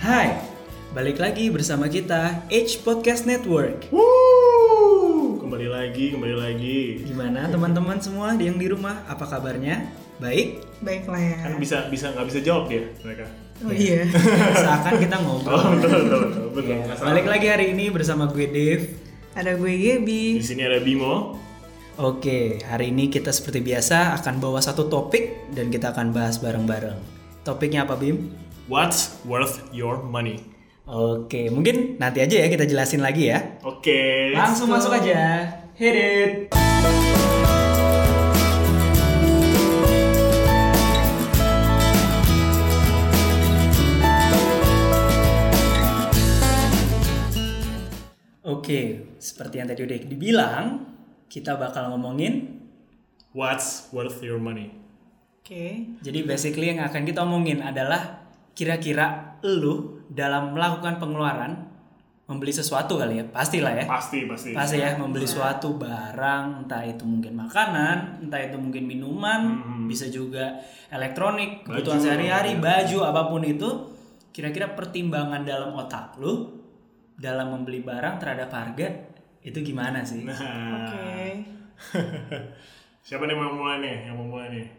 Hai, balik lagi bersama kita H Podcast Network. Kembali lagi. Gimana teman-teman semua yang di rumah? Apa kabarnya? Baik? Baiklah ya. Kan bisa nggak bisa jawab ya mereka. Oh iya. Seakan kita ngobrol. Betul. Ya, balik lagi hari ini bersama gue Dave. Ada gue Gaby. Di sini ada Bimo. Oke, hari ini kita seperti biasa akan bawa satu topik dan kita akan bahas bareng-bareng. Topiknya apa, Bim? What's worth your money? Oke, mungkin nanti aja ya kita jelasin lagi ya. Oke. Langsung masuk aja. Hit it. Oke, seperti yang tadi udah dibilang, kita bakal ngomongin. What's worth your money? Oke. Jadi basically yang akan kita omongin adalah kira-kira lu dalam melakukan pengeluaran membeli sesuatu kali ya, pastilah ya. Pasti. Pasti ya, membeli suatu barang, entah itu mungkin makanan, entah itu mungkin minuman, bisa juga elektronik, kebutuhan sehari-hari, baju, apapun itu. Kira-kira pertimbangan dalam otak lu dalam membeli barang terhadap harga itu gimana sih? Nah. Oke. Siapa nih yang mau mulai nih?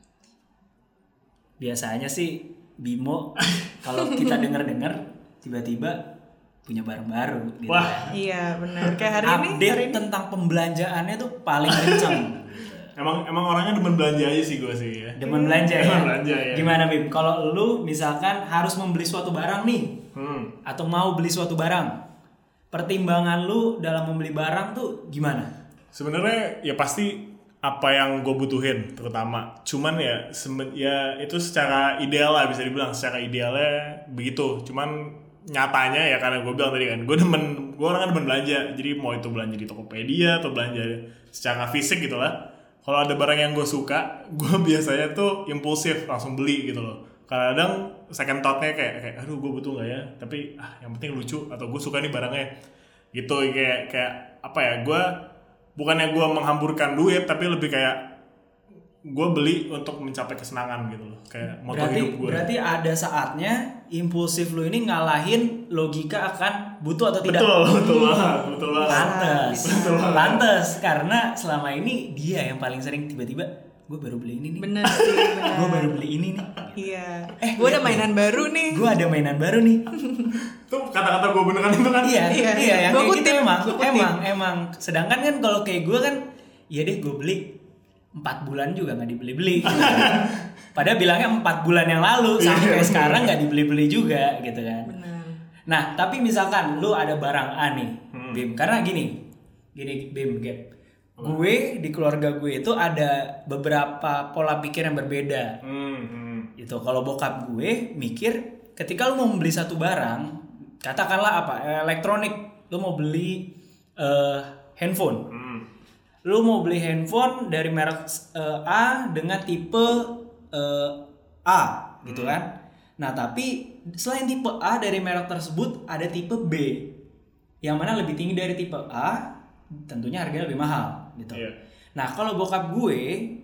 Biasanya sih Bimo kalau kita dengar tiba-tiba punya barang baru gitu. Wah. Iya benar. Kayak hari Update ini. tentang pembelanjaannya tuh paling kencang. Emang orangnya demen belanja aja sih gue sih ya. Demen belanja ya. Demen belanja ya. Gimana Bim? Kalau lu misalkan harus membeli suatu barang nih, atau mau beli suatu barang, pertimbangan lu dalam membeli barang tuh gimana? Sebenarnya ya pasti apa yang gue butuhin terutama. Cuman ya itu secara ideal lah bisa dibilang secara idealnya begitu. Cuman nyatanya ya karena gue bilang tadi kan gue orang kan demen belanja. Jadi mau itu belanja di Tokopedia atau belanja secara fisik gitu lah. Kalau ada barang yang gue suka, gue biasanya tuh impulsif langsung beli gitu loh. Kadang second thought-nya kayak aduh gue butuh nggak ya? Tapi yang penting lucu atau gue suka nih barangnya. Gitu kayak apa ya? Bukannya gue menghamburkan duit, tapi lebih kayak gue beli untuk mencapai kesenangan gitu loh. Kayak moto hidup gue. Berarti ada saatnya impulsif lu ini ngalahin logika akan butuh atau tidak. Betul banget. Pantes karena selama ini dia yang paling sering tiba-tiba gue baru beli ini nih. Bener sih. Bener. Gue baru beli ini nih. Iya. Gue ada mainan baru nih. Gue ada mainan baru nih. Tuh kata-kata gue beneran itu kan. Iya, yang Gua kayak gitu kutip. emang. Sedangkan kan kalau kayak gue kan, ya deh gue beli 4 bulan juga nggak dibeli-beli. Gitu. Padahal bilangnya 4 bulan yang lalu sampai sekarang nggak dibeli-beli juga, gitu kan. Benar. Nah, tapi misalkan lu ada barang A nih, Bim, karena gini Bim, Gap. Gue di keluarga gue itu ada beberapa pola pikir yang berbeda. Itu kalau bokap gue mikir ketika lu mau membeli satu barang, katakanlah apa elektronik, lu mau beli handphone, lu mau beli handphone dari merek A dengan tipe A gitu kan. Nah tapi selain tipe A dari merek tersebut ada tipe B yang mana lebih tinggi dari tipe A, tentunya harganya lebih mahal gitu. Yeah. Nah kalau bokap gue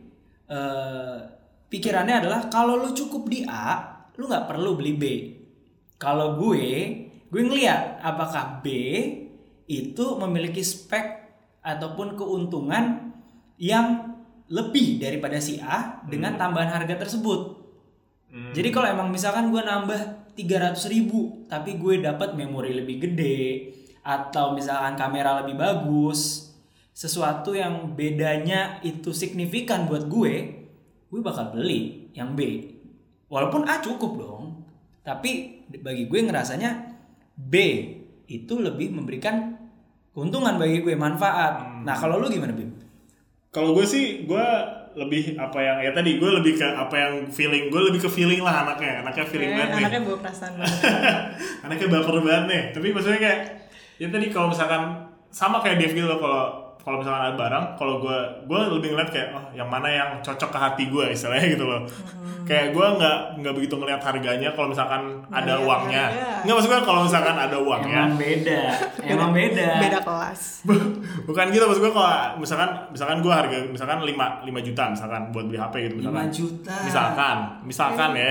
pikirannya adalah kalau lu cukup di A, lu nggak perlu beli B. Kalau gue ngeliat apakah B itu memiliki spek ataupun keuntungan yang lebih daripada si A dengan tambahan harga tersebut. Jadi kalau emang misalkan gue nambah 300.000 tapi gue dapat memori lebih gede atau misalkan kamera lebih bagus, sesuatu yang bedanya itu signifikan buat gue bakal beli yang B. Walaupun A cukup dong, tapi bagi gue ngerasanya B itu lebih memberikan keuntungan bagi gue, manfaat. Nah kalau lu gimana Bim? Kalau gue sih, gue lebih apa yang ya tadi gue lebih ke apa yang feeling, gue lebih ke feeling lah anaknya feeling banget nih. Anaknya bawa perasaan banget. Anaknya baper banget nih. Tapi maksudnya kayak ya tadi kalau misalkan sama kayak Dev gitu loh, kalau misalkan ada barang, kalau gue lebih ngeliat kayak yang mana yang cocok ke hati gue istilahnya gitu loh. Kayak gue nggak begitu ngeliat harganya kalau misalkan ada uangnya. Nggak, maksud gue kalau misalkan ada uangnya. Emang beda. Beda kelas. Bukan gitu, maksud gue kalau misalkan gue harga misalkan 5 juta misalkan buat beli HP gitu misalkan. 5 juta. Misalkan ya.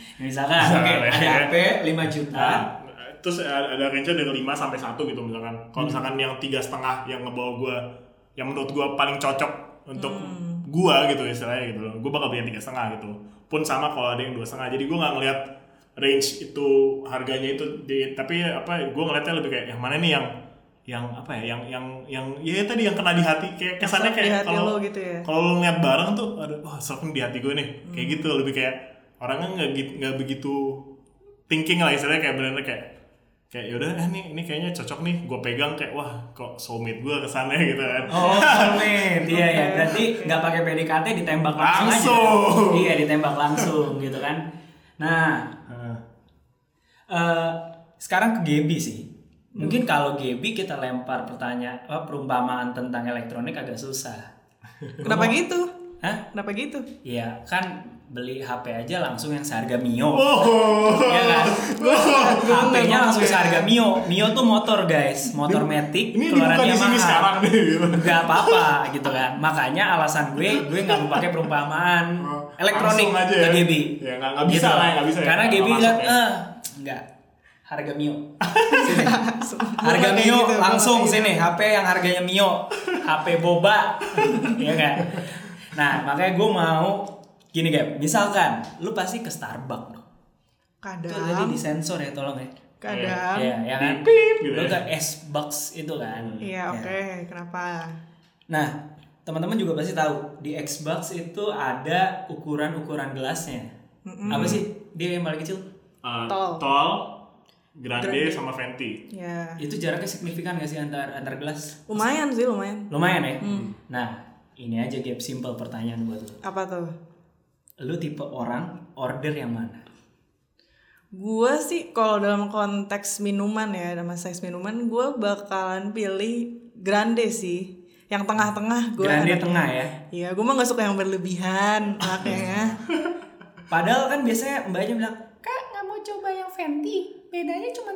Misalkan, oke, ada HP 5 juta. Nah, terus ada range dari 5 sampai 1 gitu misalkan. Kalau misalkan yang 3,5 yang ngebawa gue, yang menurut gue paling cocok untuk gue gitu istilahnya gitu loh. Gue bakal beli yang 3,5 gitu. Pun sama kalau ada yang 2,5. Jadi gue nggak ngelihat range itu harganya itu tapi gue ngeliatnya lebih kayak yang mana nih yang apa ya yang ya tadi yang kena di hati kayak kesannya kayak kalau gitu ya? Kalau lu ngeliat barang tuh aduh sok di hati gue nih kayak gitu lebih kayak orangnya nggak begitu thinking lah istilahnya kayak bener-bener kayak yaudah ini kayaknya cocok nih gue pegang kayak wah kok soulmate gue kesannya gitu kan. Oh soulmate iya ya berarti nggak pakai PDKT ditembak langsung aja. Iya ditembak langsung gitu kan. Nah sekarang ke Gaby sih. Mungkin kalau Gaby kita lempar perumpamaan tentang elektronik agak susah. Kenapa gitu? Hah? Kenapa gitu? Iya kan beli HP aja langsung yang seharga Mio. Iya kan? HP-nya langsung seharga Mio. Mio tuh motor guys, motor Matic. Ini bukan di sini sekarang nih. Gak apa-apa gitu kan. Makanya alasan gue nggak mau pakai perumpamaan elektronik aja ke Gaby. Ya nggak bisa gitu. lah, nggak bisa. Karena ya, Gaby lihat enggak. Harga Mio. Sini. Harga Mio gitu, langsung sini. HP yang harganya Mio. HP boba. Iya kan? Nah, makanya gue mau gini Gap. Misalkan lu pasti ke Starbucks dong. Kadang. Itu tadi disensor ya tolong ya. Kadang. Iya, ya kan? Pip, gitu Lu ya. ke Xbox itu kan. Iya, oke. Kenapa? Nah, teman-teman juga pasti tahu di Xbox itu ada ukuran-ukuran gelasnya. Apa sih? Dia yang paling kecil? Tall. Grande sama Venti. Ya. Itu jaraknya signifikan gak sih antar gelas? Lumayan sih, lumayan. Lumayan ya? Nah, ini aja Gap simple pertanyaan buat lu. Apa tuh? Lu tipe orang order yang mana? Gue sih kalau dalam konteks minuman ya, sama size minuman, gue bakalan pilih grande sih. Yang tengah-tengah gue. Grande tengah ya? Iya, gue mah gak suka yang berlebihan makanya. Padahal kan biasanya mbaknya bilang, Kak gak mau coba yang Venti, bedanya cuma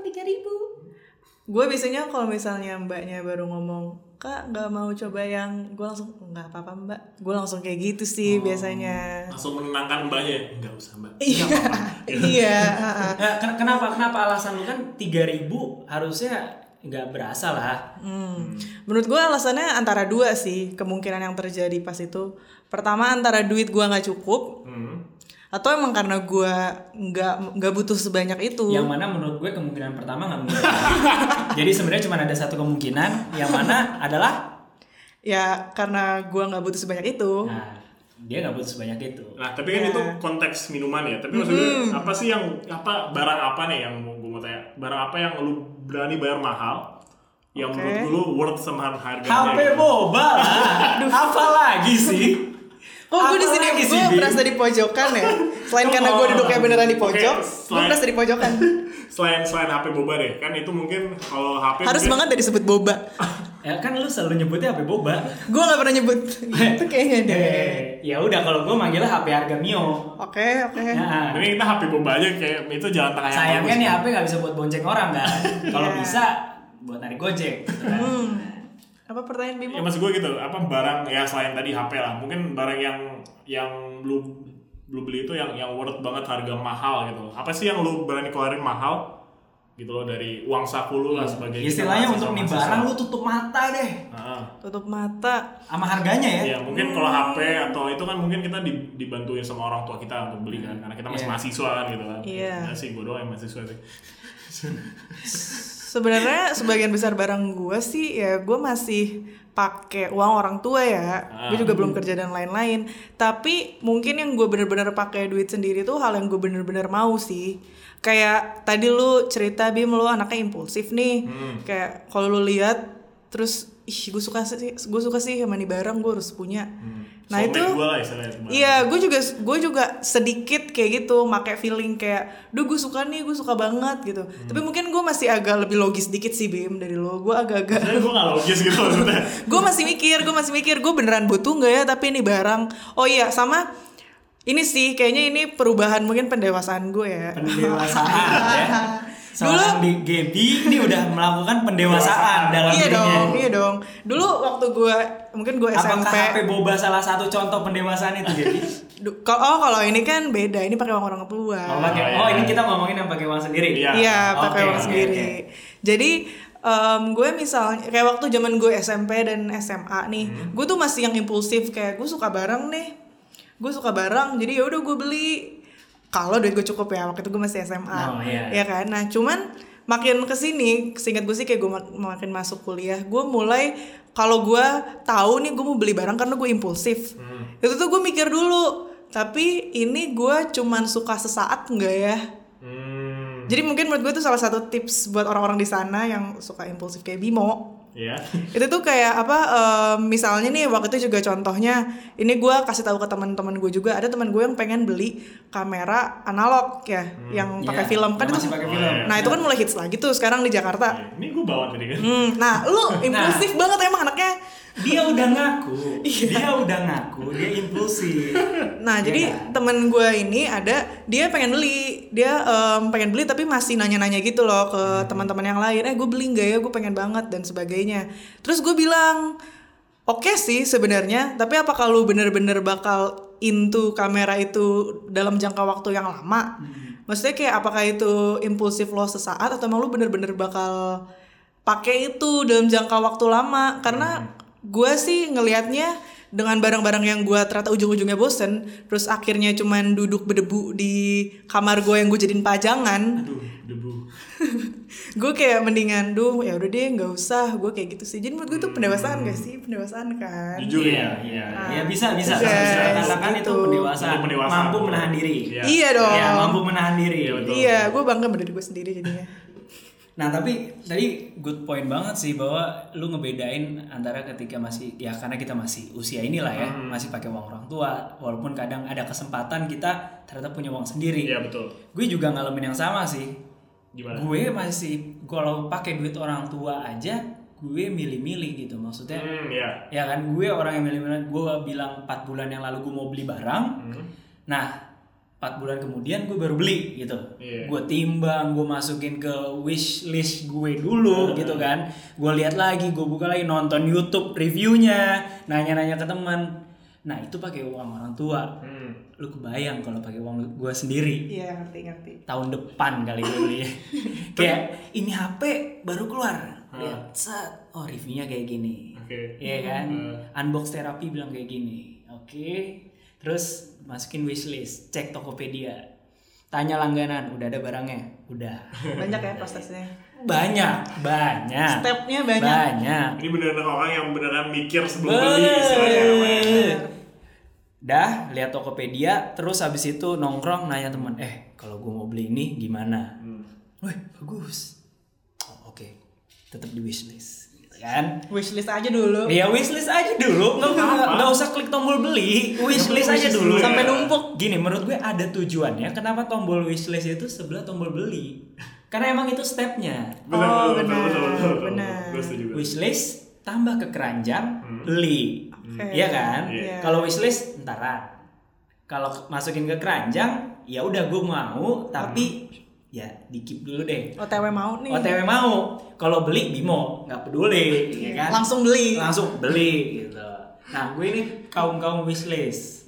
3.000. Gue biasanya kalau misalnya mbaknya baru ngomong, Kak gak mau coba yang, gue langsung, nggak apa-apa mbak. Gue langsung kayak gitu sih biasanya. Langsung menenangkan mbaknya. Enggak usah mbak. Iya. Iya. Nah, kenapa alasan lu kan 3.000 harusnya nggak berasa lah. Menurut gue alasannya antara dua sih kemungkinan yang terjadi pas itu. Pertama antara duit gue nggak cukup, atau emang karena gue nggak butuh sebanyak itu. Yang mana menurut gue kemungkinan pertama nggak mungkin. Jadi sebenarnya cuma ada satu kemungkinan, yang mana adalah Ya karena gue nggak butuh sebanyak itu. nah dia nggak butuh sebanyak itu. Nah, tapi kan itu konteks minuman ya. Tapi maksudnya apa sih barang apa nih yang gue mau tanya? Barang apa yang lu berani bayar mahal? Yang menurut lu worth sama harganya? HP boba lah. Apa lagi sih? Kok gue di sini gue berasa di pojokan ya. Selain karena gue duduknya beneran di pojok, gue berasa di pojokan. Selain HP boba deh, kan itu mungkin kalau HP Harus mungkin, banget dari disebut boba. Ya kan lu selalu nyebutnya HP boba. Gue nggak pernah nyebut. Itu kayaknya deh. Ya udah kalau gue manggilnya HP harga Mio. Oke. Nah, ini kita HP boba aja kayak itu jalan tengah yang sayangnya bagus. nih HP nggak bisa buat bonceng orang kan. Kalau bisa buat narik gojek. Gitu kan. Apa pertanyaan Bimo? Ya maksud gue gitu, apa barang ya selain tadi HP lah, mungkin barang yang lu beli itu yang worth banget harga mahal gitu. Apa sih yang lu berani keluarin mahal gitu loh dari uang saku lu lah sebagai istilahnya untuk nih barang lu tutup mata deh. Tutup mata. Sama harganya ya. Ya mungkin kalau HP atau itu kan mungkin kita dibantuin sama orang tua kita untuk beli kan, karena kita masih mahasiswa kan gitu kan. Iya. Ya sih, gue doang yang mahasiswa sih. Sebenarnya sebagian besar barang gue sih ya gue masih pakai uang orang tua ya. Gue juga belum kerja dan lain-lain. Tapi mungkin yang gue bener-bener pakai duit sendiri tuh hal yang gue bener-bener mau sih. Kayak tadi lu cerita Bim lu anaknya impulsif nih. Kayak kalau lu lihat terus gue suka sih sama nih barang gue harus punya. Nah itu iya gue juga sedikit kayak gitu make feeling kayak duh gue suka banget gitu. Tapi mungkin gue masih agak lebih logis dikit sih Bim dari lo. Gue agak-agak gue gak logis gitu maksudnya. gue masih mikir gue beneran butuh nggak ya tapi ini barang. Oh iya sama ini sih kayaknya ini perubahan mungkin pendewasaan gue ya. Pendewasaan ya. Seorang di Gaby ini udah melakukan pendewasaan dalam dirinya. Iya dong. Dulu waktu gue SMP. Apakah HP boba salah satu contoh pendewasaan itu Gaby? Kalau ini kan beda, ini pakai uang orang tua. Ini kita ngomongin yang pakai uang sendiri. Iya, pakai uang sendiri. Okay. Jadi gue misalnya kayak waktu zaman gue SMP dan SMA nih, gue tuh masih yang impulsif, kayak gue suka barang nih, jadi ya udah gue beli. Kalau duit gue cukup ya, waktu itu gue masih SMA, ya kan. Nah cuman makin kesini, seingat gue sih kayak gue makin masuk kuliah, gue mulai kalau gue tahu nih gue mau beli barang karena gue impulsif, itu tuh gue mikir dulu, tapi ini gue cuman suka sesaat nggak ya? Jadi mungkin menurut gue itu salah satu tips buat orang-orang di sana yang suka impulsif kayak Bimo. Iya. Itu tuh kayak apa? Misalnya nih waktu itu juga contohnya, ini gue kasih tahu ke teman-teman gue juga, ada teman gue yang pengen beli kamera analog ya, yang pakai film kan itu. Masih pakai film. Nah itu kan mulai hits lagi tuh sekarang di Jakarta. Ini gue bawa tadi kan. Nah lu impulsif banget emang anaknya. Dia udah ngaku, dia impulsif. Nah jadi temen gue ini dia pengen beli tapi masih nanya-nanya gitu loh ke teman-teman yang lain, gue beli nggak ya, gue pengen banget dan sebagainya. Terus gue bilang, oke sih sebenarnya, tapi apakah lu bener-bener bakal into kamera itu dalam jangka waktu yang lama? Maksudnya kayak apakah itu impulsif lo sesaat atau emang lu bener-bener bakal pakai itu dalam jangka waktu lama? Karena gue sih ngelihatnya dengan barang-barang yang gue ternyata ujung-ujungnya bosen, terus akhirnya cuman duduk berdebu di kamar gue yang gue jadiin pajangan. Aduh, debu. Gue kayak mendingan, ya udah deh nggak usah, gue kayak gitu sih. Jadi menurut gue itu pendewasaan gak sih? Pendewasaan kan? Jujur ya. Ya bisa katakan itu pendewasaan. Mampu menahan diri. Iya dong. Ya, mampu menahan diri. Iya, gue bangga sama diri gue sendiri jadinya. Nah tapi tadi good point banget sih bahwa lu ngebedain antara ketika masih, ya karena kita masih usia inilah ya, masih pakai uang orang tua, walaupun kadang ada kesempatan kita ternyata punya uang sendiri. Iya betul. Gue juga ngalamin yang sama sih. Gimana? Gue masih kalau pakai duit orang tua aja gue milih-milih gitu, maksudnya. Ya kan, gue orang yang milih-milih. Gue bilang 4 bulan yang lalu gue mau beli barang. Nah 4 bulan kemudian gue baru beli gitu. Gue timbang, gue masukin ke wish list gue dulu gitu kan. Gue lihat lagi, gue buka lagi, nonton YouTube reviewnya, nanya-nanya ke teman. Nah itu pakai uang orang tua. Lu kebayang kalau pakai uang gue sendiri? Iya, ngerti. Tahun depan kali gue beli. Kayak ini HP baru keluar. Lihat, reviewnya kayak gini. Iya kan? Unbox terapi bilang kayak gini. Terus masukin wishlist, cek Tokopedia, tanya langganan, udah ada barangnya, udah. Banyak ya prosesnya. Banyak. Stepnya banyak. Ini beneran orang yang beneran mikir sebelum beli istilahnya. Dah lihat Tokopedia, terus habis itu nongkrong nanya teman, kalau gue mau beli ini gimana? Wih bagus. Oke. Tetap di wishlist. Kan? Wishlist aja dulu. Iya wishlist aja dulu, nggak usah klik tombol beli, wishlist aja dulu sampai numpuk. Gini, menurut gue ada tujuannya kenapa tombol wishlist itu sebelah tombol beli, karena emang itu stepnya. Benar. Wishlist tambah ke keranjang, beli, iya kan? Kalau wishlist ntaran, kalau masukin ke keranjang, ya udah gue mau, tapi ya di-keep dulu deh. OTW mau nih. OTW mau. Kalau beli Bimo nggak peduli, ya kan? Langsung beli gitu. Nah gue ini kaum wishlist.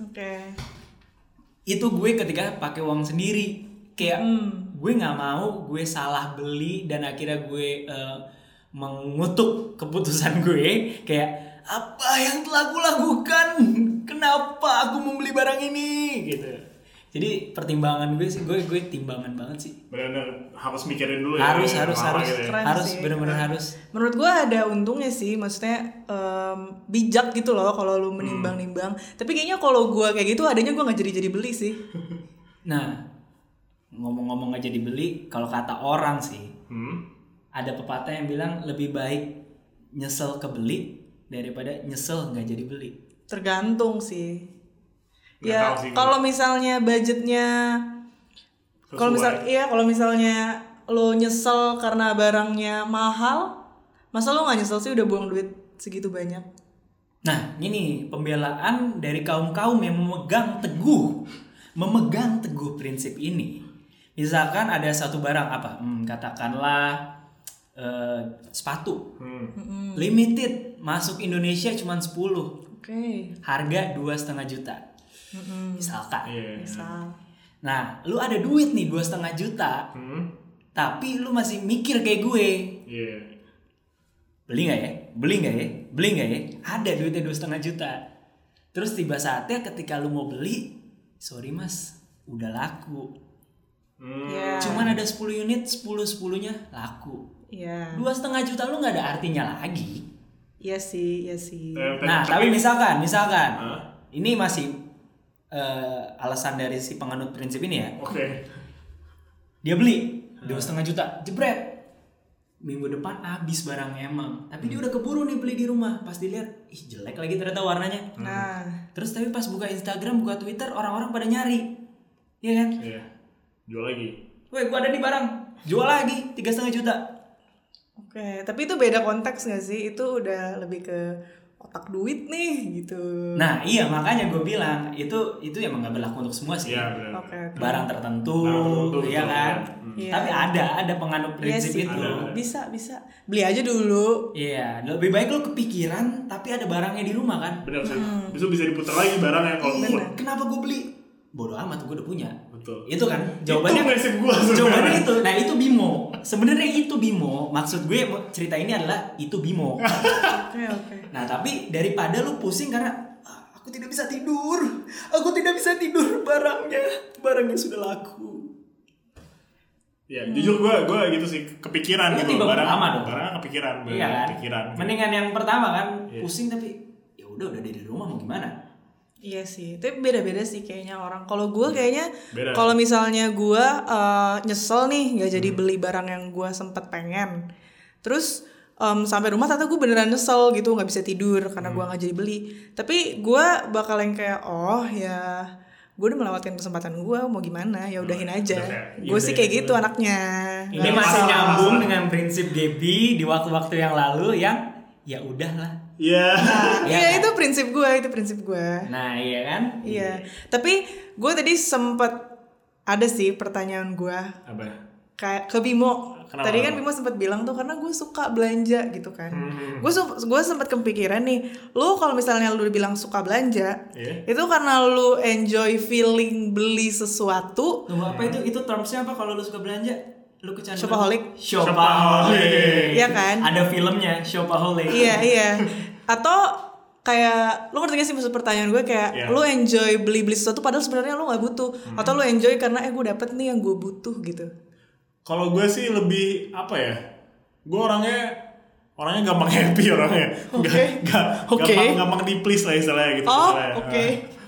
Itu gue ketika pakai uang sendiri, kayak gue nggak mau gue salah beli dan akhirnya gue mengutuk keputusan gue, kayak apa yang telah aku lakukan? Kenapa aku membeli barang ini? Gitu. Jadi pertimbangan gue sih, gue timbangan banget sih. Benar-benar harus mikirin dulu harus, ya. Harus benar-benar harus. Menurut gue ada untungnya sih, maksudnya bijak gitu loh kalau lu menimbang-nimbang. Tapi kayaknya kalau gue kayak gitu adanya gue nggak jadi beli sih. Nah, ngomong-ngomong nggak jadi beli, kalau kata orang sih, ada pepatah yang bilang lebih baik nyesel kebeli daripada nyesel nggak jadi beli. Tergantung sih. Ya kalau misalnya budgetnya, kalau misalnya lo nyesel karena barangnya mahal, masa lo nggak nyesel sih udah buang duit segitu banyak? Nah ini pembelaan dari kaum yang memegang teguh prinsip ini. Misalkan ada satu barang apa, katakanlah sepatu, limited masuk Indonesia cuma 10, harga 2,5 juta. Misalkan. Iya. Misal. Nah, lu ada duit nih 2,5 juta, tapi lu masih mikir kayak gue. Iya. Beli nggak ya? Beli nggak ya? Beli nggak ya? Ada duitnya 2,5 juta. Terus tiba saatnya ketika lu mau beli, sorry mas, udah laku. Iya. Cuman ada 10 unit, 10-10-nya laku. Iya. 2,5 juta lu nggak ada artinya lagi. Iya sih, iya sih. Nah, tapi misalkan, ini masih alasan dari si penganut prinsip ini ya. Oke. Dia beli 2,5 juta, jebret. Minggu depan habis barangnya emang. Tapi dia udah keburu nih beli di rumah. Pas dilihat, ih jelek lagi ternyata warnanya. Nah, Terus tapi pas buka Instagram, buka Twitter, orang-orang pada nyari. Iya kan? Iya. Jual lagi. Weh, gua ada di barang. Jual lagi 3,5 juta. oke. Tapi itu beda konteks nggak sih? Itu udah lebih ke otak duit nih gitu. Nah, iya makanya gue bilang itu emang gak berlaku untuk semua sih. Iya, benar. Oke. Barang tertentu, betul, iya kan? Iya. Tapi ada penganut Iya prinsip sih. itu. Bisa. Beli aja dulu. Iya, lebih baik lu kepikiran tapi ada barangnya di rumah kan. Benar sih. Besok bisa diputar lagi barangnya kalau Iya, mau. kenapa gue beli? Bodoh amat, gue udah punya. Betul. Itu kan jawabannya. Itu prinsip gua sebenarnya. Jawabannya itu. Nah, itu Bimo. Sebenarnya itu Bimo. Maksud gue cerita ini adalah itu Bimo. Oke. Nah, tapi daripada lu pusing karena aku tidak bisa tidur. Aku tidak bisa tidur, barangnya sudah laku. Ya, jujur gua gitu sih, kepikiran Ini gitu. tipe pertama dong. Barangnya kepikiran, Iya kan? kepikiran. Mendingan yang pertama kan, Iya. pusing tapi ya udah di rumah mau gimana? Iya sih, tapi beda-beda sih kayaknya orang. Kalau gue kayaknya, Beda. kalau misalnya gue nyesel nih nggak jadi beli barang yang gue sempet pengen, terus sampai rumah ternyata gue beneran nyesel gitu, nggak bisa tidur karena gue nggak jadi beli. Tapi gue bakal yang kayak, oh ya, gue udah melewatkan kesempatan gue, mau gimana? Ya udahin aja. Gue sih kayak gitu anaknya. Ini Nggak masih masalah. nyambung dengan prinsip Gaby di waktu-waktu yang lalu yang ya udahlah. Iya. Iya, itu prinsip gue. Nah, iya kan? Iya. Tapi gue tadi sempet ada sih pertanyaan gue. Apa? Kayak ke Bimo. Kenapa? Tadi kan Bimo sempat bilang tuh karena gue suka belanja gitu kan. Gue sempat kepikiran nih, lu kalau misalnya lu bilang suka belanja, Iya. itu karena lu enjoy feeling beli sesuatu. Tunggu apa itu? Itu termsnya apa kalau lu suka belanja? Lu kecanduan. Shopaholic. Shopaholic. Iya kan? Ada filmnya Shopaholic. Iya. Atau kayak lu ngerti gak sih maksud pertanyaan gue kayak Iya. lu enjoy beli sesuatu padahal sebenarnya lu nggak butuh, atau lu enjoy karena gue dapet nih yang gue butuh gitu. Kalau gue sih lebih apa ya? Gue orangnya gampang happy orangnya. Oke. Gampang di please lah istilahnya gitu. Oh, istilahnya. oke.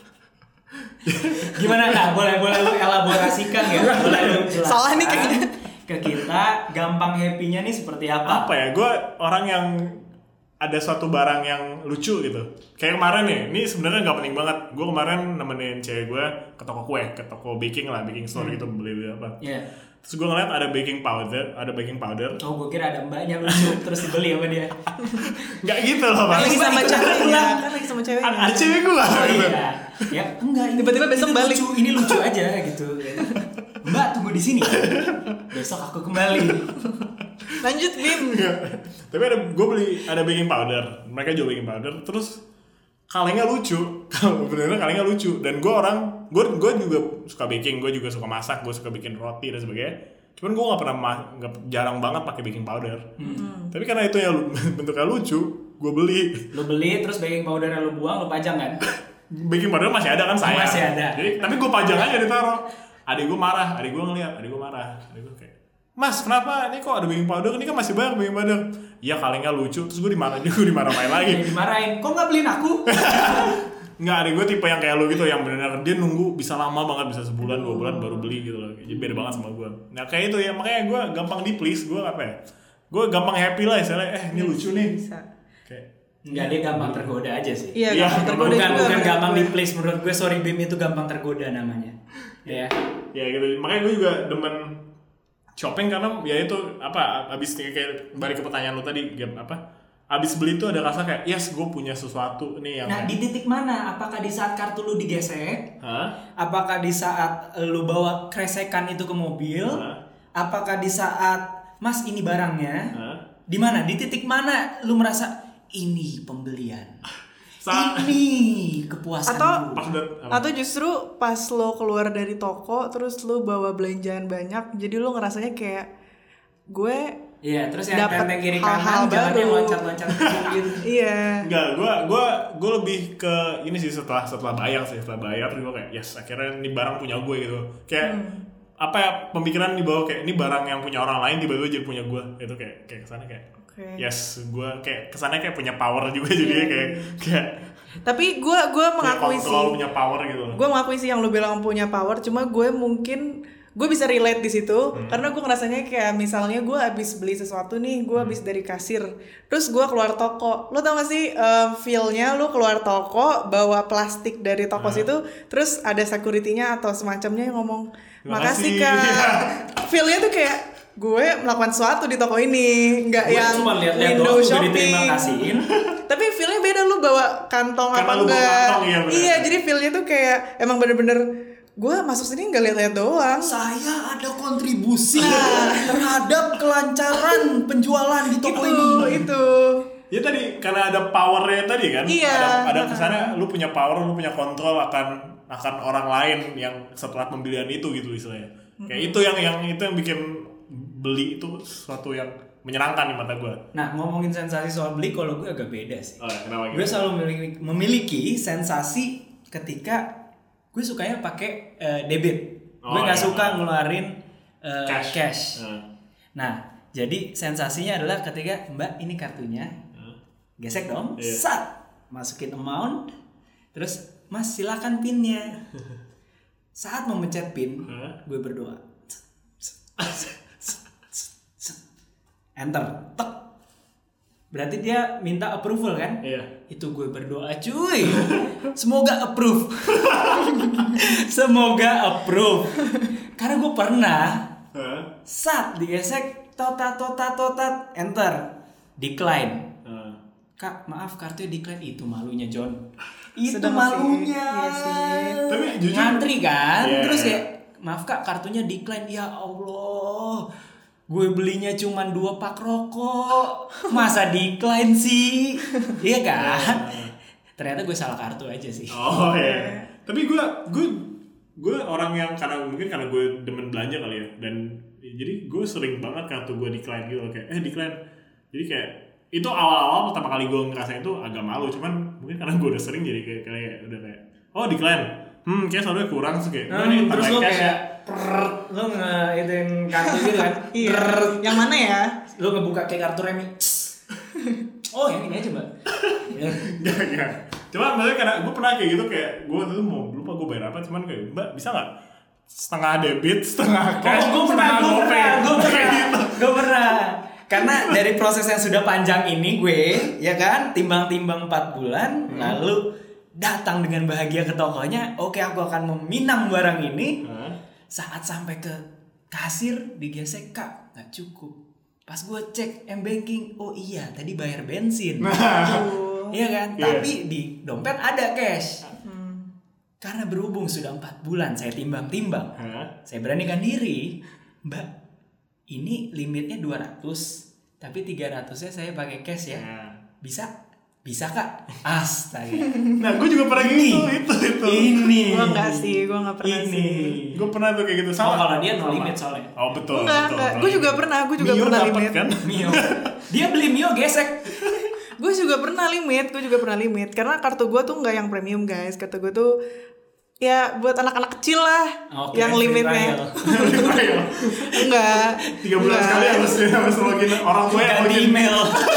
Gimana Kak? Boleh lu elaborasikan ya? Boleh lu jelaskan Salah nih kayaknya. ke kita gampang happy-nya nih seperti apa? Apa ya? Gue orang yang ada suatu barang yang lucu gitu. Kayak kemarin nih, ini sebenarnya nggak penting banget. Gue kemarin nemenin cewek gue ke toko kue, ke toko baking store gitu, beli apa. Iya. Terus gue ngeliat ada baking powder. Oh, gue kira ada mbaknya lucu terus dibeli sama dia. Nggak gitu loh, Pak. Lagi sama Ikut ceweknya, pulang. kan lagi sama ceweknya. Ada cewek gue. Oh iya. Ya, enggak ini. Tiba-tiba besok ini balik. Lucu, ini lucu aja gitu. Mbak, tunggu di sini. Besok aku kembali. Lanjut Bim. Tapi ada baking powder. Mereka jual baking powder. Terus kalengnya lucu. Benernya kalengnya lucu. Dan gue juga suka baking. Gue juga suka masak. Gue suka bikin roti dan sebagainya. Cuman gue jarang banget pakai baking powder. Tapi karena itu yang bentuknya lucu, gue beli. Lu beli terus baking powdernya lu buang, lu pajang kan? Baking powder masih ada kan saya. Masih ada. Jadi, tapi gue pajang aja ditaruh. Adik gue marah. Adik gue ngeliat. Adik gue marah. Adik gue kayak, Mas, kenapa? Ini kok ada baking powder? Ini kan masih banyak baking powder. Iya, kalengnya lucu. Terus gue dimarah-marahin lagi. Dimarahin. Kok nggak beliin aku? Nggak, adik gue tipe yang kayak lu gitu, yang benar-benar dia nunggu bisa lama banget, bisa sebulan 2 bulan baru beli gitu loh. Jadi beda banget sama gue. Nah kayak itu ya, makanya gue gampang di please. Gue apa ya? Gue gampang happy lah istilahnya. Ini lucu nih. Bisa. Kayak Enggak, dia gampang tergoda aja sih. Iya, Iya, gampang tergoda Bukan juga menurut gampang gue. di please menurut gue. Sorry Bim, itu gampang tergoda namanya. Ya. ya gitu. Makanya gue juga demen shopping karena ya itu apa? Abis kayak balik ke pertanyaan lu tadi, apa? Abis beli itu ada rasa kayak yes, gue punya sesuatu nih yang. Nah, di titik mana? Apakah di saat kartu lu digesek? Hah? Apakah di saat lu bawa kresekan itu ke mobil? Hah? Apakah di saat Mas ini barangnya? Hah? Di mana? Di titik mana lu merasa ini pembelian? Ini kepuasan Atau justru pas lo keluar dari toko terus lo bawa belanjaan banyak, jadi lo ngerasanya kayak gue iya, terus yang dapet tenteng kiri hal-hal kanan jalannya baru. loncat-loncat gitu. Iya. Enggak, gue lebih ke ini sih setelah bayar terus gue kayak yes akhirnya ini barang punya gue gitu. Kayak apa ya, pemikiran di bawah kayak ini barang yang punya orang lain tiba-tiba jadi punya gue. Itu kayak kesana kayak yes, gue kayak kesannya kayak punya power juga jadinya kayak Tapi gue mengakui sih kontrol punya power gitu. Gue mengakui sih yang lo bilang punya power, cuma gue mungkin gue bisa relate di situ karena gue ngerasanya kayak misalnya gue abis beli sesuatu nih, gue abis dari kasir, terus gue keluar toko, lo tau gak sih feel-nya lo keluar toko bawa plastik dari toko situ, terus ada security-nya atau semacamnya yang ngomong makasih kak. Feel-nya tuh kayak gue melakukan sesuatu di toko ini, nggak Gue yang cuma lihat window doang, shopping. diterima kasihin. Tapi feel-nya beda, lu bawa kantong Karena apa lu bawa enggak? kantong, iya, bener. Iya, jadi feel-nya tuh kayak emang bener-bener gue masuk sini nggak lihat-lihat doang. Saya ada kontribusi terhadap kelancaran penjualan di toko ini. Itu. Ya tadi karena ada powernya tadi kan, Iya. ada kesannya lu punya power, lu punya kontrol akan orang lain yang setelah pembelian itu gitu istilahnya. Kayak itu yang bikin beli itu sesuatu yang menyenangkan di mata gue. Nah, ngomongin sensasi soal beli, kalau gue agak beda sih. Oh, kenapa Gue gitu? selalu memiliki sensasi ketika gue sukanya pakai debit. Gue nggak suka ngeluarin cash. Nah, jadi sensasinya adalah ketika Mbak ini kartunya, gesek dong, sat, masukin amount, terus Mas silakan pinnya. Saat memencet pin, gue berdoa. Enter, tek. Berarti dia minta approval kan? Iya. Itu gue berdoa cuy. Semoga approve. Semoga approve. Karena gue pernah saat digesek totat enter decline. Kak, maaf kartunya decline. Itu malunya John. Itu Sedang malunya. Iya sih. Tapi jujur Ngantri kan? Iya. Terus ya, maaf Kak, kartunya decline. Ya Allah. Gue belinya cuma 2 pak rokok, masa decline sih, iya kan? Ternyata gue salah kartu aja sih. Oh iya. Tapi gue orang yang karena gue demen belanja kali ya, dan jadi gue sering banget kartu gue decline gitu kayak decline. Jadi kayak itu awal-awal pertama kali gue ngerasain itu agak malu, cuman mungkin karena gue udah sering jadi kayak udah kayak oh decline. Kayak saldonya kurang sih kayak. Terus lo kayak lo ngeitin kartu gitu kan? Iya. Yang mana ya? Lo ngebuka kayak kartu remi. Oh yang ini aja mbak. Enggak. Cuma maksudnya karena gue pernah kayak gitu kayak gue tuh mau lupa gue bayar apa, cuman kayak Mbak bisa nggak setengah debit setengah cash gue setengah GoPay. Gue pernah. Karena dari proses yang sudah panjang ini gue, ya kan, timbang-timbang 4 bulan, lalu datang dengan bahagia ke tokonya, oke aku akan meminang barang ini. Saat sampai ke kasir digesek, Kak, nggak cukup. Pas gue cek m-banking, oh iya tadi bayar bensin. Iya kan? Iya. Tapi di dompet ada cash. Karena berhubung sudah 4 bulan saya timbang-timbang, saya beranikan diri, Mbak, ini limitnya 200, tapi 300-nya saya pakai cash ya. Bisa? Bisa Kak? Astaga. Nah gue juga pernah gitu itu. Ini. Gue enggak sih, gue enggak pernah Ini. sih. Gue pernah tuh kayak gitu Oh, sama. kalau dia no limit soalnya. Oh betul. Enggak. Gue juga pernah Mio pernah dapet limit. kan? Mio. Dia beli Mio gesek. Gue juga pernah limit karena kartu gue tuh nggak yang premium guys, kartu gue tuh ya buat anak-anak kecil lah. Oke, yang free limitnya trial. enggak 3 bulan sekali harus login orang tua yang Ganti login. email.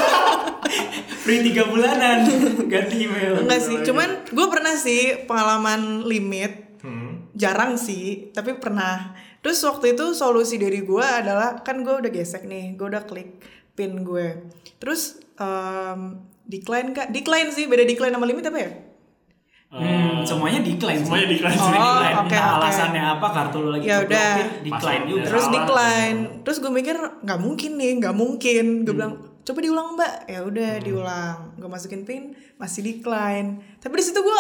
Free 3 bulanan. Ganti email. enggak sih, cuman gue pernah sih pengalaman limit. Jarang sih, tapi pernah. Terus waktu itu solusi dari gue adalah, kan gue udah gesek nih, gue udah klik pin gue. Terus decline Kak, decline sih, beda decline sama limit apa ya? Semuanya decline. Semuanya decline. Oh, Decline. oke, Entah oke. alasannya apa, kartu lo lagi Ya udah. decline juga. Terus Salah. decline. Terus gue mikir nggak mungkin. Gue bilang coba diulang Mbak. Ya udah diulang. Gue masukin pin masih decline. Tapi di situ gue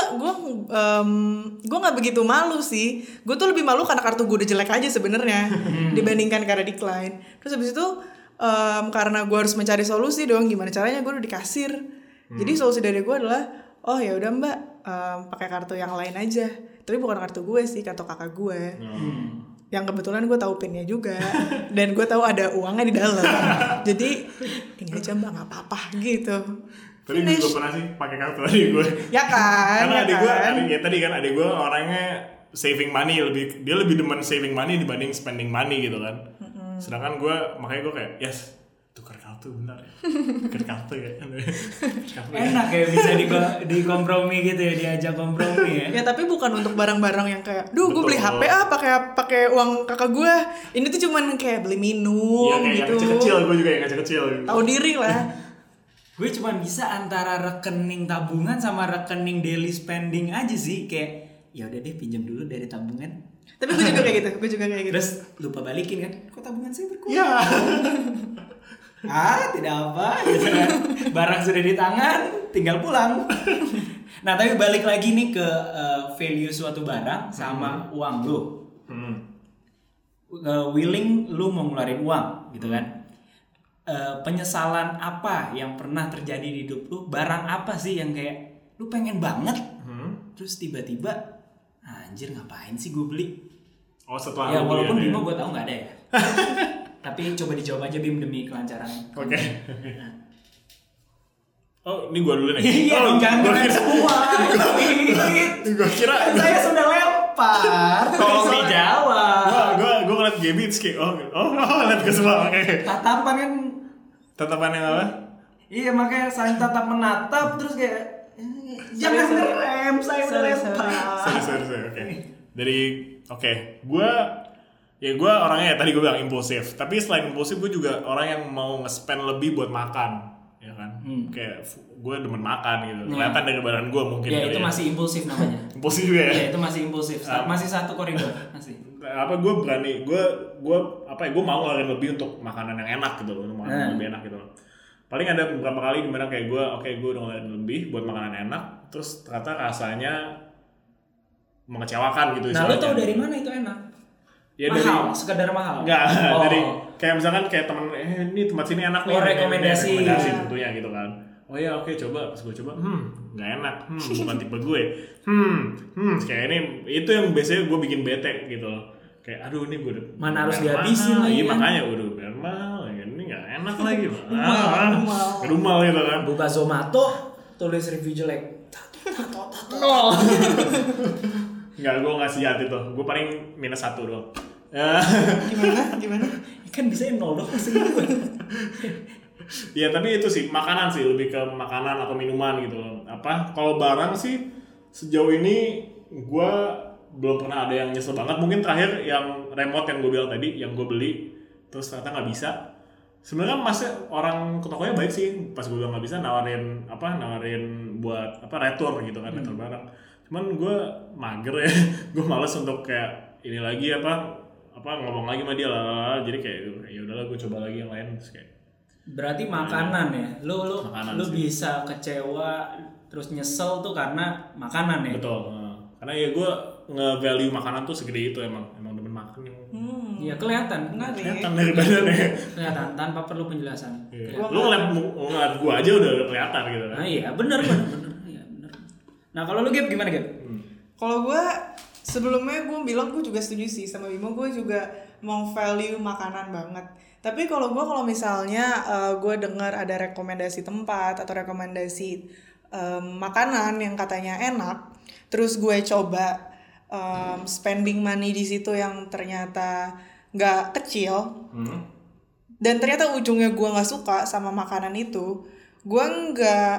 nggak begitu malu sih. Gue tuh lebih malu karena kartu gue udah jelek aja sebenarnya dibandingkan karena decline. Terus habis itu karena gue harus mencari solusi dong. Gimana caranya gue udah di kasir. Jadi solusi dari gue adalah oh ya udah mbak, pakai kartu yang lain aja. Tapi bukan kartu gue sih, kartu kakak gue. Yang kebetulan gue tahu pinnya juga dan gue tahu ada uangnya di dalam. Jadi ini aja mbak, nggak apa-apa gitu. Tapi gue juga pernah sih pakai kartu adik gue. Ya kan? Karena ya adik kan? gue, tadi kan adik gue orangnya saving money, dia lebih demen saving money dibanding spending money gitu kan. Sedangkan gue, makanya gue kayak yes, tukar kartu bentar ya. Tukar kartu ya. Enak ya bisa dikompromi gitu ya, diajak kompromi ya. Ya tapi bukan untuk barang-barang yang kayak, duh gue beli Betul. HP pakai uang kakak gue. Ini tuh cuman kayak beli minum Iya, kayak gitu. yang kecil-kecil, gue juga yang kecil-kecil gitu. Tahu diri lah. Gue cuma bisa antara rekening tabungan sama rekening daily spending aja sih, kayak ya udah deh pinjam dulu dari tabungan. Tapi gue juga kayak gitu. Terus lupa balikin kan, kok tabungan saya berkurang? Iya. Tidak apa, gitu kan. Barang sudah di tangan, tinggal pulang. Nah tapi balik lagi nih ke value suatu barang sama uang lu. Willing lu mau ngeluarin uang gitu kan. Penyesalan apa yang pernah terjadi di hidup lu? Barang apa sih yang kayak lu pengen banget, terus tiba-tiba anjir ngapain sih gue beli? Oh setelah Ya lu walaupun beli, Bimo gue tahu nggak ada ya. Tapi coba dijawab aja Bim demi kelancaran. Oke. Oh ini gue dulu nih. Iya dong, jangan kena semua. Gue kira Saya sudah lempar. Tolong dijawab. gue ngeliat Gaby terus kayak liat ke semua. Oke. Tatapan kan. Tatapan yang apa? Iya makanya saling tatap menatap terus kayak jangan ngerem, saya udah lempar. Sorry. Oke. Gue orangnya ya tadi gue bilang impulsif. Tapi selain impulsif gue juga orang yang mau nge-spend lebih buat makan, ya kan? Kayak gue demen makan gitu. Kelihatan dari badan gue mungkin. Ya kali itu masih impulsif namanya. impulsif juga ya. Iya itu masih impulsif. Masih satu koridor masih. Gue berani, gue mau ngeluarin lebih untuk makanan yang enak gitu loh, untuk makanan yang lebih enak gitu loh. Paling ada beberapa kali dimana kayak gue udah ngeluarin lebih buat makanan enak, terus ternyata rasanya mengecewakan gitu. Nah lu tau dari mana itu enak? Ya mahal, sekedar mahal. Enggak, dari kayak misalkan kayak temen ini tempat sini enak nih. Rekomendasi tentunya gitu kan. Oh ya oke, coba pas gue coba, nggak enak, bukan tipe gue, kayak ini itu yang biasanya gue bikin bete gitu loh, kayak aduh ini gue mana harus dihabisin lagi iya kan? makanya udah biar mahal, ini nggak enak lagi, rumah gitu kan, buka Zomato, tulis review jelek, Nol. nggak, gue nggak sejahat itu, gue paling -1 doang. Gimana? Kan bisa 0 dong sih. Ya tapi itu sih makanan sih, lebih ke makanan atau minuman gitu loh. Apa kalau barang sih sejauh ini gue belum pernah ada yang nyesel banget. Mungkin terakhir yang remote yang gue bilang tadi, yang gue beli terus ternyata nggak bisa. Sebenarnya masih orang tokonya baik sih, pas gue bilang nggak bisa nawarin buat retur gitu kan, retur barang. Cuman gue mager ya, gue malas untuk kayak ini lagi ngomong lagi sama dia lah. Jadi kayak ya udahlah gue coba lagi yang lain terus kayak. Berarti makanan ya, lu sih. bisa kecewa terus nyesel tuh karena makanan ya. Betul. Karena ya gue nge-value makanan tuh segede itu emang demen makan. Iya kelihatan Dari badannya. Kelihatan tanpa perlu penjelasan. Iya. Lu ngeliat gue aja udah kelihatan gitu kan. Nah iya bener. Iya bener. Nah kalau lu Gap gimana Gap? Kalau gue sebelumnya gue bilang gue juga setuju sih sama Bimo, gue juga mau value makanan banget. Tapi kalau misalnya gue dengar ada rekomendasi tempat atau rekomendasi makanan yang katanya enak, terus gue coba spending money di situ yang ternyata nggak kecil, dan ternyata ujungnya gue nggak suka sama makanan itu, gue nggak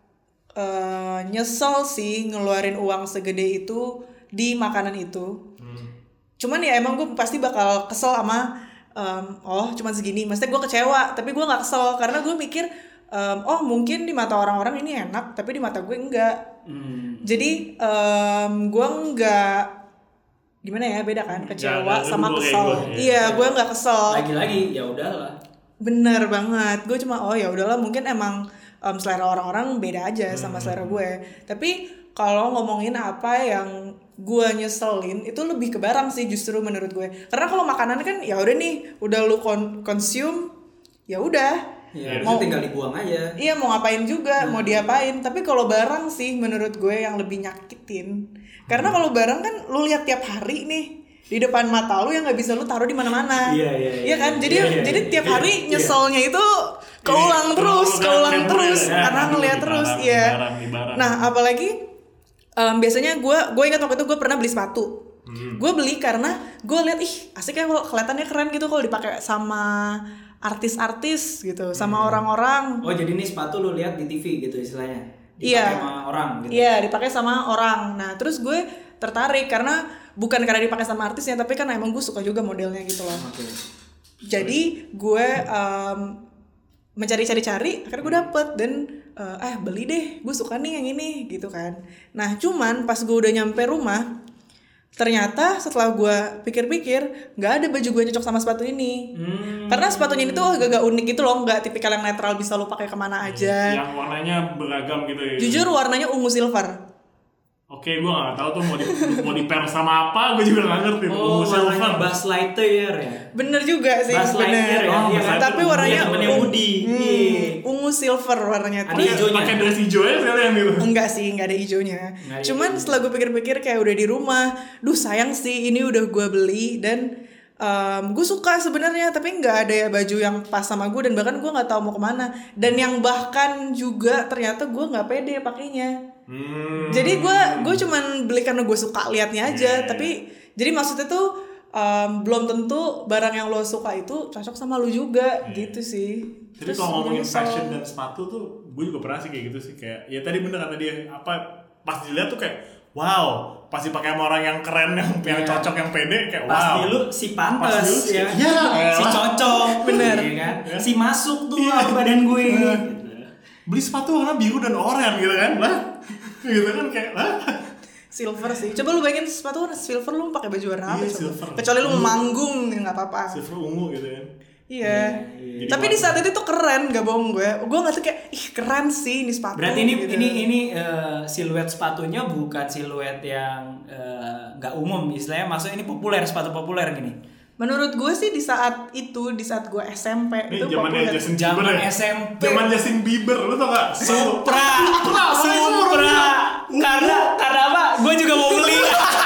nyesel sih ngeluarin uang segede itu di makanan itu. Cuman ya emang gue pasti bakal kesel sama cuman segini, maksudnya gue kecewa tapi gue nggak kesel karena gue mikir mungkin di mata orang-orang ini enak tapi di mata gue enggak. Jadi gue nggak, gimana ya, beda kan kecewa sama kesel. Iya, gue nggak kesel. Lagi-lagi ya udahlah. Bener banget, gue cuma ya udahlah, mungkin emang selera orang-orang beda aja sama selera gue. Tapi kalau ngomongin apa yang gue nyeselin, itu lebih ke barang sih justru menurut gue. Karena kalau makanan kan ya udah nih, udah lu consume, ya udah. Ya, mau tinggal dibuang aja. Iya, mau ngapain juga, mau diapain. Tapi kalau barang sih menurut gue yang lebih nyakitin. Karena kalau barang kan lu lihat tiap hari nih di depan mata lu yang nggak bisa lu taruh di mana-mana. Iya kan? Jadi tiap hari nyeselnya itu keulang terus karena ngeliat terus. Iya. Nah, apalagi biasanya gue ingat waktu itu gue pernah beli sepatu. Gue beli karena gue lihat asik ya, kalau kelihatannya keren gitu kalau dipakai sama artis-artis gitu, sama orang-orang. Oh, jadi ini sepatu lu lihat di TV gitu istilahnya. Dipakai sama orang gitu. Iya, dipakai sama orang. Nah, terus gue tertarik karena bukan karena dipakai sama artisnya, tapi kan emang gue suka juga modelnya gitu loh. Okay. Jadi gue mencari-cari, akhirnya gue dapet dan beli deh, gue suka nih yang ini gitu kan. Nah, cuman pas gue udah nyampe rumah, ternyata setelah gue pikir-pikir nggak ada baju gue cocok sama sepatu ini. Karena sepatunya ini tuh agak unik gitu loh, nggak tipikal yang netral bisa lo pakai kemana aja. Yang warnanya beragam gitu ya. Jujur warnanya ungu silver. Oke, gue nggak tahu tuh mau di pair sama apa, gue juga nggak ngerti. Oh, warnanya Buzz Lightyear ya. Bener juga sih, Buzz Lightyear ya. Iya, Tapi warnanya ungu silver warnanya. Ada hijaunya. Pakai dress hijau aja sekalian gitu. Enggak sih, nggak ada hijaunya. Cuman setelah gue pikir-pikir kayak udah di rumah, sayang sih ini udah gue beli dan gue suka sebenarnya, tapi nggak ada ya baju yang pas sama gue dan bahkan gue nggak tahu mau kemana. Dan yang bahkan juga ternyata gue nggak pede pakainya. Jadi gue cuman beli karena gue suka liatnya aja. Tapi jadi maksudnya tuh belum tentu barang yang lo suka itu cocok sama lo juga gitu sih. Jadi kalau ngomongin fashion dan sepatu tuh, gue juga pernah sih kayak gitu sih, kayak ya tadi bener kata dia, pas dilihat tuh kayak wow, pasti pakai sama orang yang keren, yang cocok, yang pede, kayak wow. Pasti lu si pantes ya. Si cocok, bener kan? Si masuk tuh badan gue. Beli sepatu warna biru dan oranye gitu kan, lah, gitu kan kayak lah. Silver sih. Coba lu bayangin sepatu warna silver, lu pakai baju warna apa coba? Silver. Kecuali lu mau manggung, ya nggak apa-apa. Silver ungu gitu kan. Iya. Tapi di saat itu tuh keren, gak bohong gue. Gue nggak tuh kayak keren sih ini sepatu. Berarti gitu. ini siluet sepatunya bukan siluet yang nggak umum istilahnya. Maksudnya ini populer, sepatu populer gini. Menurut gue sih di saat gue SMP ini itu zamannya populer. Justin Bieber ya? SMP. Zaman Justin Bieber, lu tau gak? Supra. Karena apa? Gue juga mau beli.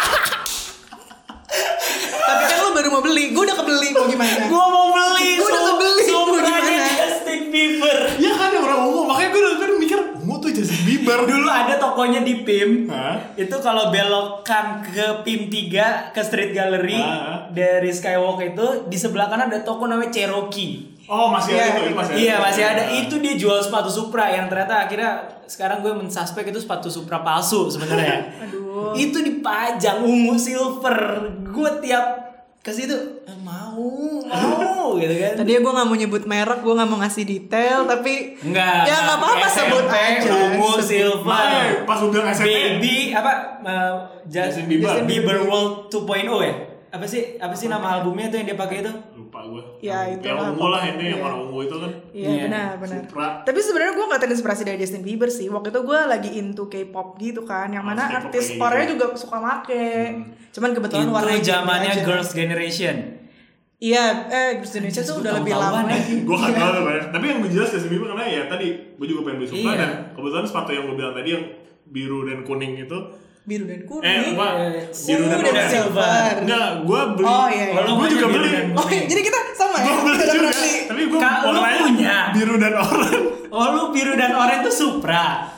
Tapi kan lu baru mau beli, gue udah kebeli, mau gimana? Gue mau beli. Gue udah kebeli, Supranya Justin Bieber. Ya kan yang orang ungu, makanya gue udah mikir ungu tuh Justin Bieber. Dulu ada tokonya di PIM. Hah? Itu kalau belokkan ke PIM 3 ke Street Gallery dari Skywalk itu di sebelah kanan ada toko namanya Cherokee. Oh masih ada itu, masih ada. Iya masih ada. Itu dia jual sepatu Supra yang ternyata akhirnya sekarang gue mensuspek itu sepatu Supra palsu sebenarnya. Aduh. Itu dipajang ungu silver. Gue tiap ke situ mau gitu kan. Tadi gue nggak mau nyebut merek, gue nggak mau ngasih detail, tapi Enggak. ya nggak apa-apa sebut aja. Ungu silver. Pas udah SMP. Baby apa Justin Bieber World 2.0 ya? Apa sih nama albumnya tuh yang dia pakai itu? Lupa gue. Ya itu yang ungu lah ini, yang warna ungu itu kan. Iya benar. Supra. Tapi sebenarnya gue nggak terinspirasi dari Justin Bieber sih. Waktu itu gue lagi into K-pop gitu kan, yang mana K-pop artis gitu. Korea juga suka make. Cuman kebetulan warnanya Itu zamannya aja. Girls' Generation. Iya, Girls' Generation tuh udah lebih lama. Gue gak tau tuh banyak. Tapi yang gue jelas Justin Bieber karena ya tadi gue juga pengen beli Supra Iya. dan kebetulan sepatu yang gue bilang tadi yang biru dan kuning itu. Biru dan kuning. Biru dan dan oranye. silver. Enggak, gue beli. Oh iya. Gue juga beli. Oh iya, jadi kita sama ya? Gue beli Kita juga. beli. Tapi gue Lu warnanya punya? biru dan oranye. Oh lu biru dan oranye tuh Supra.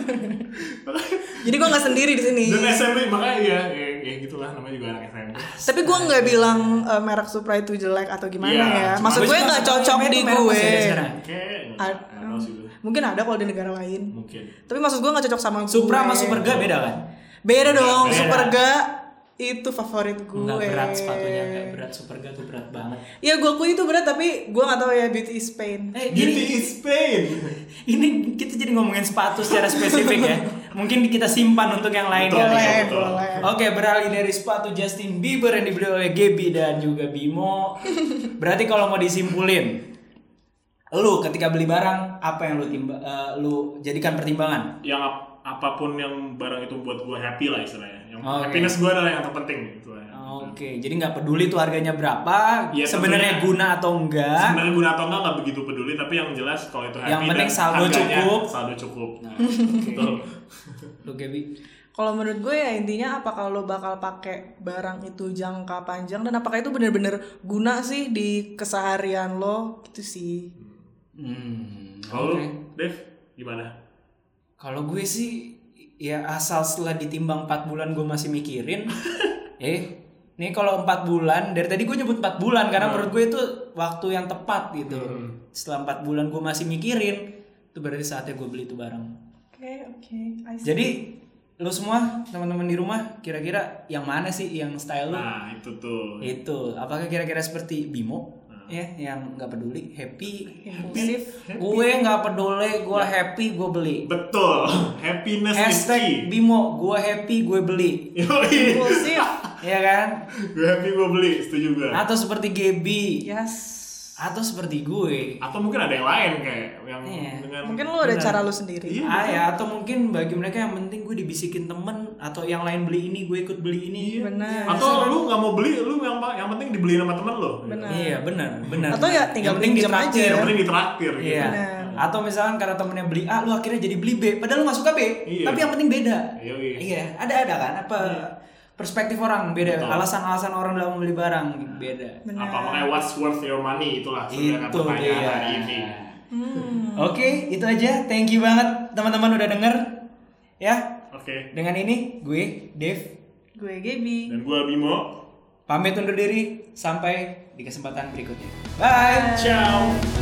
Jadi gue nggak sendiri di sini. Dan SMP makanya ya gitulah namanya juga anak SMP. Tapi gue nggak bilang merek Supra itu jelek atau gimana Iya, ya. cuma Maksud gue nggak cocok di gue. Kayak nggak tahu sih gue. Mungkin ada kalau di negara lain. Mungkin. Tapi maksud gue nggak cocok sama gue. Supra sama Superga beda kan? Beda dong. Beda. Superga itu favorit gue. Enggak berat sepatunya, enggak berat. Superga tuh berat banget. Ya gue akui itu berat, tapi gue nggak tahu ya, beauty is pain. Beauty is pain. Ini kita jadi ngomongin sepatu secara spesifik ya. Mungkin kita simpan untuk yang lainnya. Boleh. Oke, beralih dari sepatu Justin Bieber yang dibeli oleh Gaby dan juga Bimo. Berarti kalau mau disimpulin, lu ketika beli barang apa yang lu jadikan pertimbangan? Yang apapun yang barang itu buat gue happy lah istilahnya. Yang Oke. happiness gue adalah yang terpenting gitu ya. Oke, jadi nggak peduli tuh harganya berapa, Iya, sebenarnya tentunya. guna atau enggak. Sebenarnya guna atau nggak begitu peduli, tapi yang jelas kalau itu happy Yang penting dan saldo harganya cukup. Saldo cukup. Nah, Betul. Lu Gaby? Kalau menurut gue ya intinya apakah lo bakal pakai barang itu jangka panjang dan apakah itu benar-benar guna sih di keseharian lo gitu sih. Kalau Oke. lu, Dev, gimana? Kalau gue sih ya asal setelah ditimbang 4 bulan gue masih mikirin. Nih kalau 4 bulan, dari tadi gue nyebut 4 bulan karena menurut gue itu waktu yang tepat gitu. Setelah 4 bulan gue masih mikirin, itu berarti saatnya gue beli itu barang. Oke, I see. Jadi lu semua teman-teman di rumah kira-kira yang mana sih yang style lu? Nah, itu tuh. Itu apakah kira-kira seperti Bimo ya yang nggak peduli happy Impulsif. gue nggak peduli gue happy gue beli Betul. Happiness is hashtag key. Bimo gue happy gue beli Yoi. Impulsif. ya kan Gue happy gue beli, setuju gue. atau seperti Gaby Yes. atau seperti gue Atau mungkin ada yang lain kayak yang Iya. dengan Mungkin lo ada cara lo sendiri. Iya. ya atau mungkin bagi mereka yang penting gue dibisikin temen atau yang lain beli ini gue ikut beli ini Benar. Atau lu nggak mau beli, lu yang penting dibeliin sama temen lo. Benar. iya benar Atau ya tinggal yang penting pinjam ditraktir. aja. Yang penting ditraktir gitu. Iya. Benar. Atau misalkan karena temennya beli A, lu akhirnya jadi beli B. Padahal lu gak suka B, Iya. tapi yang penting beda. Yoi. Iya, ada kan? Apa perspektif orang beda, Betul. alasan-alasan orang dalam membeli barang beda. Benar. Apa makanya what's worth your money itulah sebenarnya Itu pertanyaan dia. hari ini. Oke, itu aja. Thank you banget teman-teman udah denger. Ya, Oke. dengan ini gue Dev Gue Gaby. Dan gua Bimo. pamit undur diri sampai di kesempatan berikutnya. Bye. Ciao.